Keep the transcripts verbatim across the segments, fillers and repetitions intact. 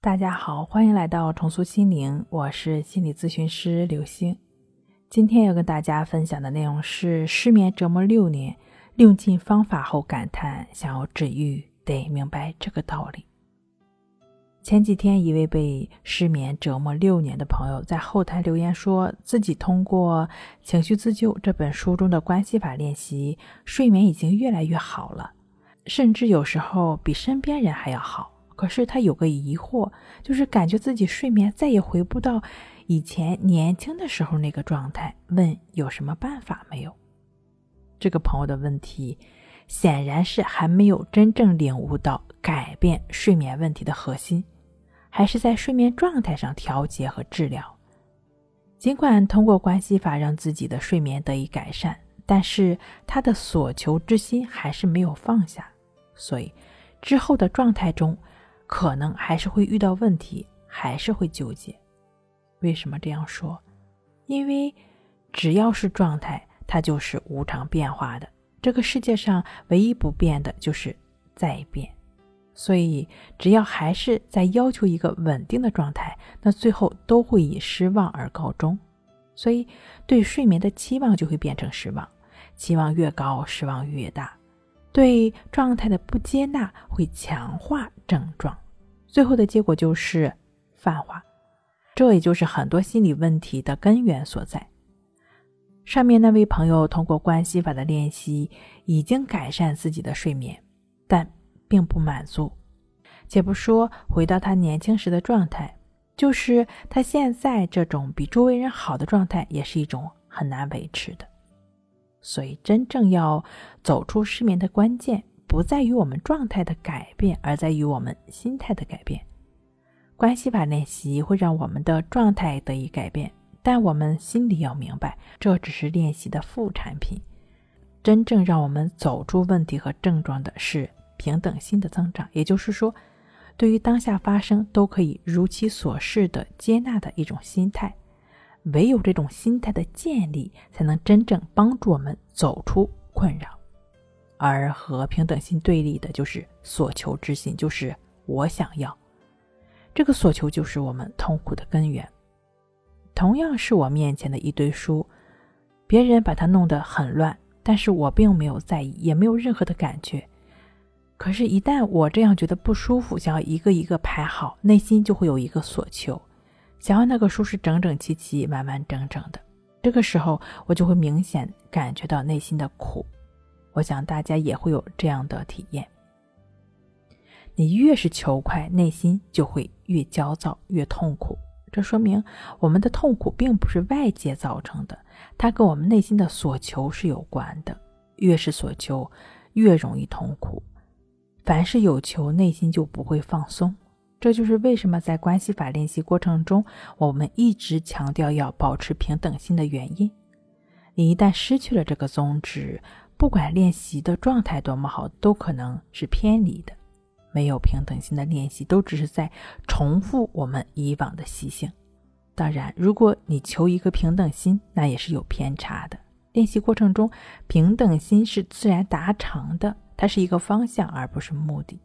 大家好，欢迎来到重塑心灵，我是心理咨询师刘星。今天要跟大家分享的内容是失眠折磨六年，用尽方法后感叹想要治愈，得明白这个道理。前几天一位被失眠折磨六年的朋友在后台留言说，自己通过情绪自救这本书中的关系法练习，睡眠已经越来越好了，甚至有时候比身边人还要好。可是他有个疑惑，就是感觉自己睡眠再也回不到以前年轻的时候那个状态，问有什么办法没有？这个朋友的问题显然是还没有真正领悟到改变睡眠问题的核心，还是在睡眠状态上调节和治疗。尽管通过关系法让自己的睡眠得以改善，但是他的所求之心还是没有放下，所以之后的状态中可能还是会遇到问题，还是会纠结。为什么这样说？因为只要是状态，它就是无常变化的。这个世界上唯一不变的就是再变。所以只要还是在要求一个稳定的状态，那最后都会以失望而告终。所以对睡眠的期望就会变成失望，期望越高，失望越大。对状态的不接纳会强化症状，最后的结果就是泛化。这也就是很多心理问题的根源所在。上面那位朋友通过关系法的练习已经改善自己的睡眠，但并不满足。且不说回到他年轻时的状态，就是他现在这种比周围人好的状态也是一种很难维持的。所以真正要走出失眠的关键不在于我们状态的改变，而在于我们心态的改变。关系法练习会让我们的状态得以改变，但我们心里要明白，这只是练习的副产品。真正让我们走出问题和症状的是平等心的增长，也就是说，对于当下发生都可以如其所是的接纳的一种心态。唯有这种心态的建立，才能真正帮助我们走出困扰。而和平等心对立的就是所求之心，就是我想要。这个所求就是我们痛苦的根源。同样是我面前的一堆书，别人把它弄得很乱，但是我并没有在意，也没有任何的感觉。可是一旦我这样觉得不舒服，想要一个一个排好，内心就会有一个所求，想要那个书是整整齐齐完完整整的。这个时候我就会明显感觉到内心的苦。我想大家也会有这样的体验。你越是求快，内心就会越焦躁，越痛苦。这说明我们的痛苦并不是外界造成的，它跟我们内心的所求是有关的。越是所求，越容易痛苦。凡是有求，内心就不会放松。这就是为什么在关系法练习过程中，我们一直强调要保持平等心的原因。你一旦失去了这个宗旨，不管练习的状态多么好，都可能是偏离的。没有平等心的练习，都只是在重复我们以往的习性。当然，如果你求一个平等心，那也是有偏差的。练习过程中，平等心是自然达成的，它是一个方向，而不是目的。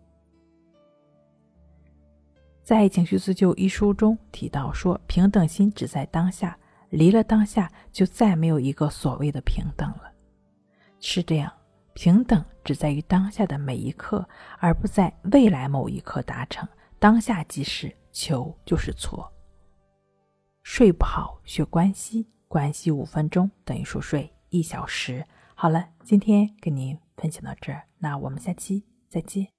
在情绪自救一书中提到说，平等心只在当下，离了当下就再没有一个所谓的平等了。是这样，平等只在于当下的每一刻，而不在未来某一刻达成。当下即是，求就是错。睡不好学关系，关系五分钟等于熟睡一小时。好了，今天跟您分享到这儿，那我们下期再见。